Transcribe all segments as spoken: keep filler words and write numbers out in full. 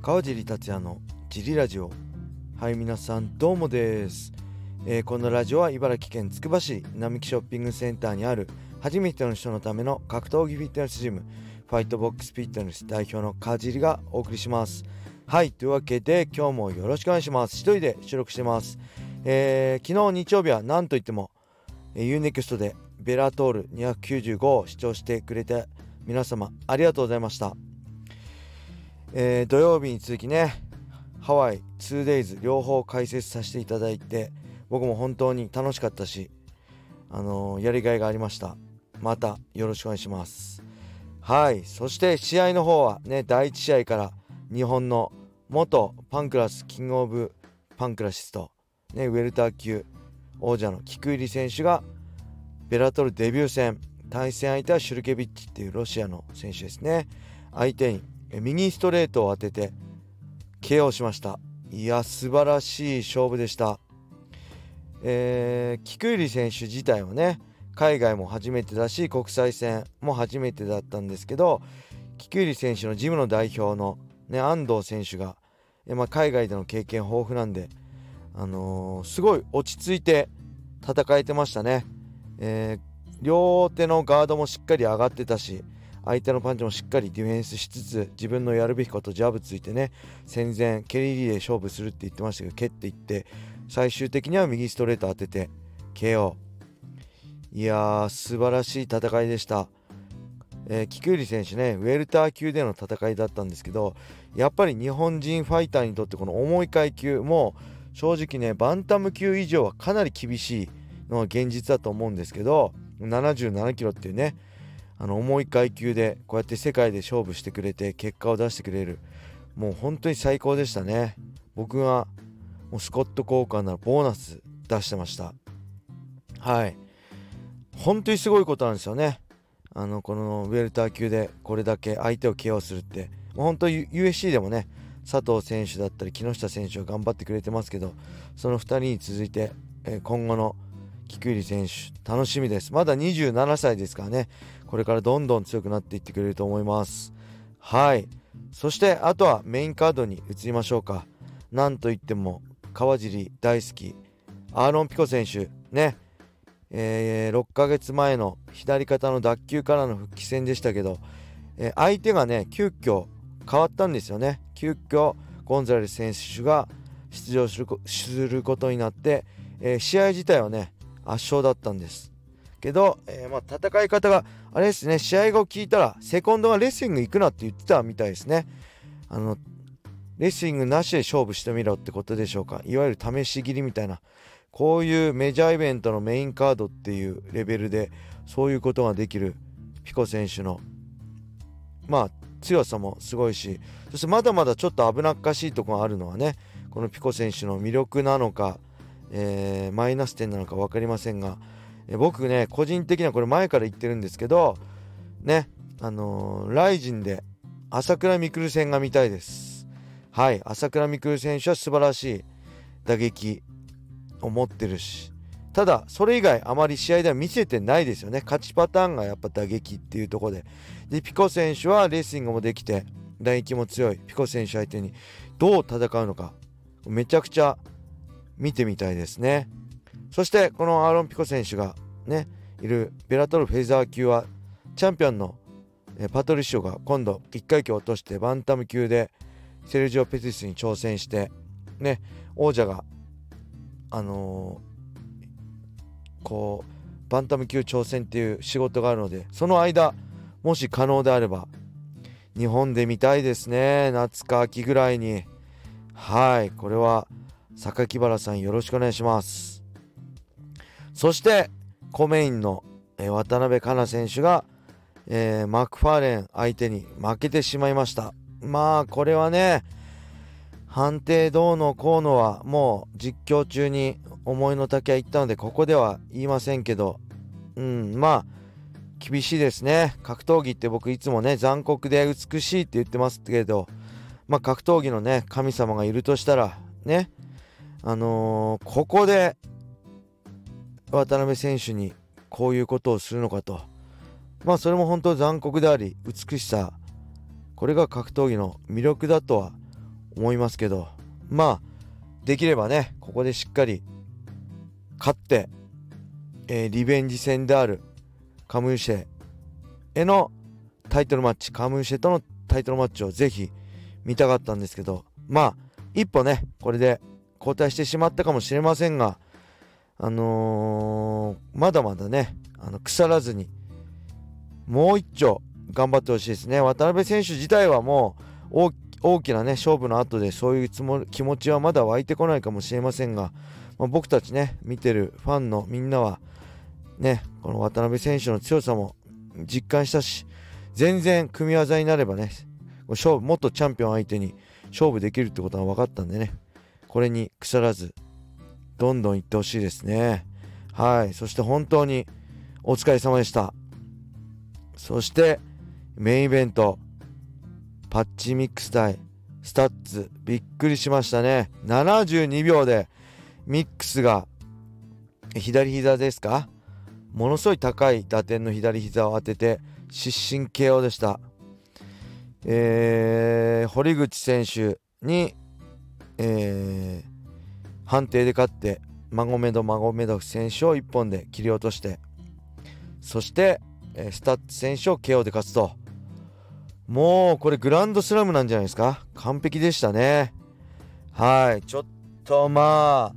川尻達也のジリラジオ。はい、皆さんどうもです、えー、このラジオは茨城県つくば市並木ショッピングセンターにある初めての人のための格闘技フィットネスジム、ファイトボックスフィットネス代表の川尻がお送りします。はい、というわけで今日もよろしくお願いします。一人で収録してます。えー、昨日日曜日は何といっても、えー、ユーネクストでベラトールにひゃくきゅうじゅうごを視聴してくれて皆様ありがとうございました。えー、土曜日に続きね、ハワイ ツーデイズ 両方解説させていただいて、僕も本当に楽しかったし、あのー、やりがいがありました。またよろしくお願いします。はい、そして試合の方はね、だいいち試合から日本の元パンクラスキングオブパンクラシスト、ね、ウェルター級王者のキクイリ選手がベラトルデビュー戦、対戦相手はシュルケビッチっていうロシアの選手ですね。相手に右ストレートを当てて ケーオー しました。いや素晴らしい勝負でした。えー、キクイリ選手自体はね、海外も初めてだし国際戦も初めてだったんですけど、キクイリ選手のジムの代表の、ね、安藤選手が、えまあ、海外での経験豊富なんで、あのー、すごい落ち着いて戦えてましたね。えー、両手のガードもしっかり上がってたし、相手のパンチもしっかりディフェンスしつつ、自分のやるべきことジャブついてね、戦前蹴りリレー勝負するって言ってましたけど、蹴っていって最終的には右ストレート当てて ケーオー。 いやー素晴らしい戦いでした。えー、キクイリ選手ね、ウェルター級での戦いだったんですけど、やっぱり日本人ファイターにとってこの重い階級も正直ね、バンタム級以上はかなり厳しいのが現実だと思うんですけど、ななじゅうななキロっていうね、あの重い階級でこうやって世界で勝負してくれて結果を出してくれる、もう本当に最高でしたね。僕がもうスコット効果ならボーナス出してました。はい、本当にすごいことなんですよね。あのこのウェルター級でこれだけ相手を ケーオー するって、もう本当に ユーエフシー でもね、佐藤選手だったり木下選手は頑張ってくれてますけど、そのふたりに続いて、えー、今後のキクイリ選手楽しみです。まだにじゅうななさいですからね、これからどんどん強くなっていってくれると思います。はい、そしてあとはメインカードに移りましょうか。なんといっても川尻大好きアーロン・ピコ選手ね、えー、ろっかげつまえの左肩の脱臼からの復帰戦でしたけど、えー、相手がね急遽変わったんですよね。急遽ゴンザレス選手が出場するこ、することになって、えー、試合自体はね圧勝だったんですけど、えーまあ、戦い方があれですね、試合後聞いたらセコンドがレスリング行くなって言ってたみたいですね。あのレスリングなしで勝負してみろってことでしょうか。いわゆる試し切りみたいな、こういうメジャーイベントのメインカードっていうレベルでそういうことができるピコ選手のまあ強さもすごいし、そしてまだまだちょっと危なっかしいところがあるのはね、このピコ選手の魅力なのか、えー、マイナス点なのか分かりませんが、えー、僕ね個人的にはこれ前から言ってるんですけどね、あのー、ライジンで朝倉未来戦が見たいです。はい、朝倉未来選手は素晴らしい打撃を持ってるし、ただそれ以外あまり試合では見せてないですよね。勝ちパターンがやっぱ打撃っていうところで、でピコ選手はレーシングもできて打撃も強いピコ選手相手にどう戦うのかめちゃくちゃ見てみたいですね。そしてこのアーロン・ピコ選手がねいるベラトルフェザー級はチャンピオンのパトリシオが今度いっかい級を落としてバンタム級でセルジオ・ペティスに挑戦してね、王者があのー、こうバンタム級挑戦っていう仕事があるので、その間もし可能であれば日本で見たいですね。夏か秋ぐらいに。はい、これは榊原さんよろしくお願いします。そしてコメインの、えー、渡辺香奈選手が、えー、マクファーレン相手に負けてしまいました。まあこれはね、判定どうのこうのはもう実況中に思いの丈は言ったのでここでは言いませんけど、うんまあ厳しいですね。格闘技って僕いつもね残酷で美しいって言ってますけど、まあ格闘技のね神様がいるとしたらね、あのー、ここで渡辺選手にこういうことをするのかと、まあそれも本当残酷であり美しさ、これが格闘技の魅力だとは思いますけど、まあできればねここでしっかり勝って、えー、リベンジ戦であるカムイシェへのタイトルマッチ、カムイシェとのタイトルマッチをぜひ見たかったんですけど、まあ一歩ねこれで後退してしまったかもしれませんが、あのー、まだまだねあの腐らずにもう一丁頑張ってほしいですね。渡辺選手自体はもう 大, 大きなね勝負の後でそういうつも気持ちはまだ湧いてこないかもしれませんが、まあ、僕たちね見てるファンのみんなはねこの渡辺選手の強さも実感したし、全然組み技になればね勝負元チャンピオン相手に勝負できるってことが分かったんでね、これに腐らずどんどんいってほしいですね。はい、そして本当にお疲れ様でした。そしてメインイベントパッチミックス対スタッツ、びっくりしましたね。ななじゅうにびょうでミックスが左膝ですか、ものすごい高い打点の左膝を当てて失神 ケーオー でした。えー、堀口選手に、えー、判定で勝ってマゴメドマゴメドフ選手をいっぽんで切り落として、そして、えー、スタッツ選手を ケーオー で勝つと、もうこれグランドスラムなんじゃないですか。完璧でしたね。はい、ちょっとまあ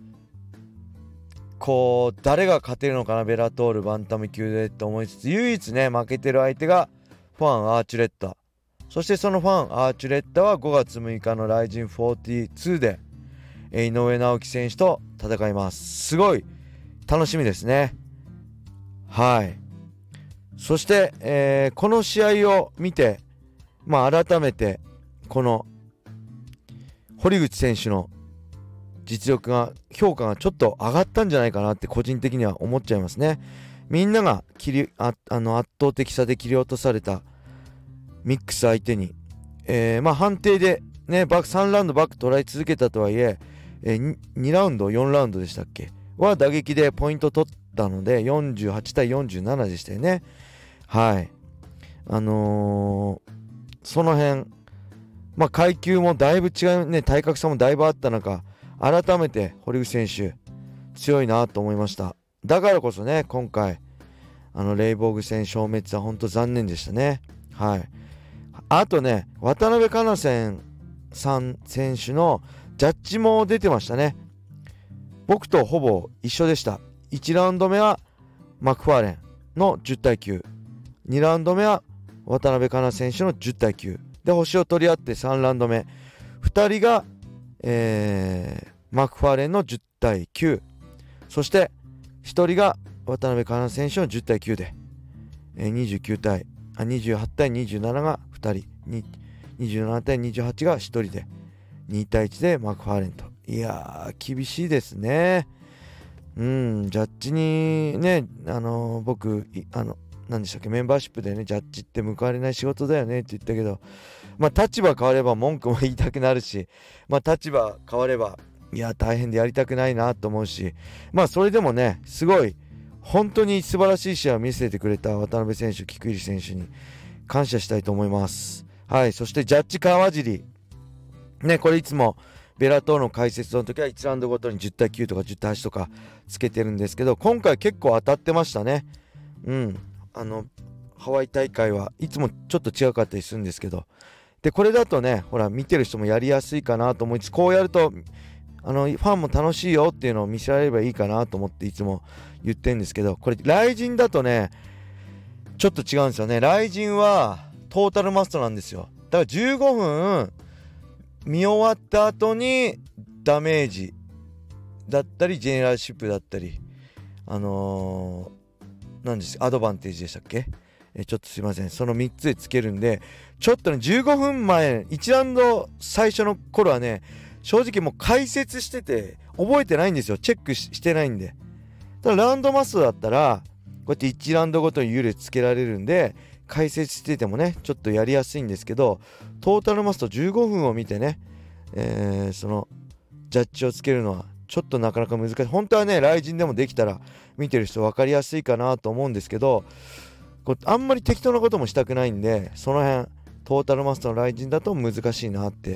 こう誰が勝てるのかなベラトールバンタム級でと思いつつ、唯一ね負けてる相手がファンアーチュレッタ、そしてそのファンアーチュレッタはごがつむいかのライジンフォーティーツーで井上直樹選手と戦います。すごい楽しみですね。はい、そして、えー、この試合を見て、まあ、改めてこの堀口選手の実力が評価がちょっと上がったんじゃないかなって個人的には思っちゃいますね。みんなが切りああの圧倒的さで切り落とされたミックス相手に、えー、まあ判定でねバックさんラウンドバック取られ続けたとはいええー、に, にラウンドよんラウンドでしたっけは打撃でポイント取ったのでよんじゅうはちたいよんじゅうななでしたよね。はい、あのー、その辺まあ階級もだいぶ違うね、体格差もだいぶあった中、改めて堀口選手強いなと思いました。だからこそね今回あのレイボーグ戦消滅は本当残念でしたね。はい、あとね渡辺香奈さん選手のジャッジも出てましたね。僕とほぼ一緒でした。いちラウンド目はマクファーレンのじゅうたいきゅう、にラウンド目は渡辺香奈選手のじゅうたいきゅうで星を取り合って、さんラウンド目ふたりが、えー、マクファーレンのじゅうたいきゅう、そしてひとりが渡辺香奈選手のじゅうたいきゅうで、えー、にじゅうきゅうたいあにじゅうはちたいにじゅうなながふたり、にじゅうななたいにじゅうはちがひとりでにたいいちでマクファーレンと。いやー厳しいですね。うんジャッジにねあのー、僕あの何でしたっけメンバーシップでねジャッジって報われない仕事だよねって言ったけど、まあ立場変われば文句も言いたくなるし、まあ立場変わればいや大変でやりたくないなと思うし、まあそれでもねすごい本当に素晴らしい試合を見せてくれた渡辺選手、菊入選手に感謝したいと思います。はい、そしてジャッジ川尻ね、これいつもベラトーの解説の時はいちラウンドごとにじゅうたいきゅうとかじゅうたいはちとかつけてるんですけど、今回結構当たってましたね。うんあのハワイ大会はいつもちょっと違かったりするんですけど、でこれだとねほら見てる人もやりやすいかなと思いつつ、こうやるとあのファンも楽しいよっていうのを見せられればいいかなと思っていつも言ってるんですけど、これライジンだとねちょっと違うんですよね。ライジンはトータルマストなんですよ。だからじゅうごふん見終わった後にダメージだったりジェネラルシップだったりあのー、何ですアドバンテージでしたっけ、えちょっとすいませんそのみっつでつけるんで、ちょっとねじゅうごふんまえいちラウンド最初の頃はね正直もう解説してて覚えてないんですよ。チェック し, してないんで。ただラウンドマストだったらこうやっていちラウンドごとに優劣つけられるんで解説しててもねちょっとやりやすいんですけど、トータルマストじゅうごふんを見てね、えー、そのジャッジをつけるのはちょっとなかなか難しい。本当はねライジンでもできたら見てる人分かりやすいかなと思うんですけど、こうあんまり適当なこともしたくないんで、その辺トータルマストのライジンだと難しいなって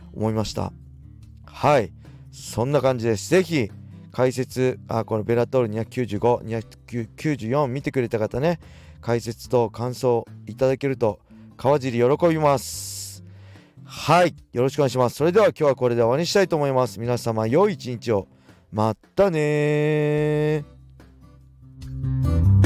思いました。はい、そんな感じです。ぜひ解説、あこのベラトールにひゃくきゅうじゅうご、にひゃくきゅうじゅうよん見てくれた方ね、解説と感想いただけると川尻喜びます。はい、よろしくお願いします。それでは今日はこれで終わりにしたいと思います。皆様良い一日を。またねー。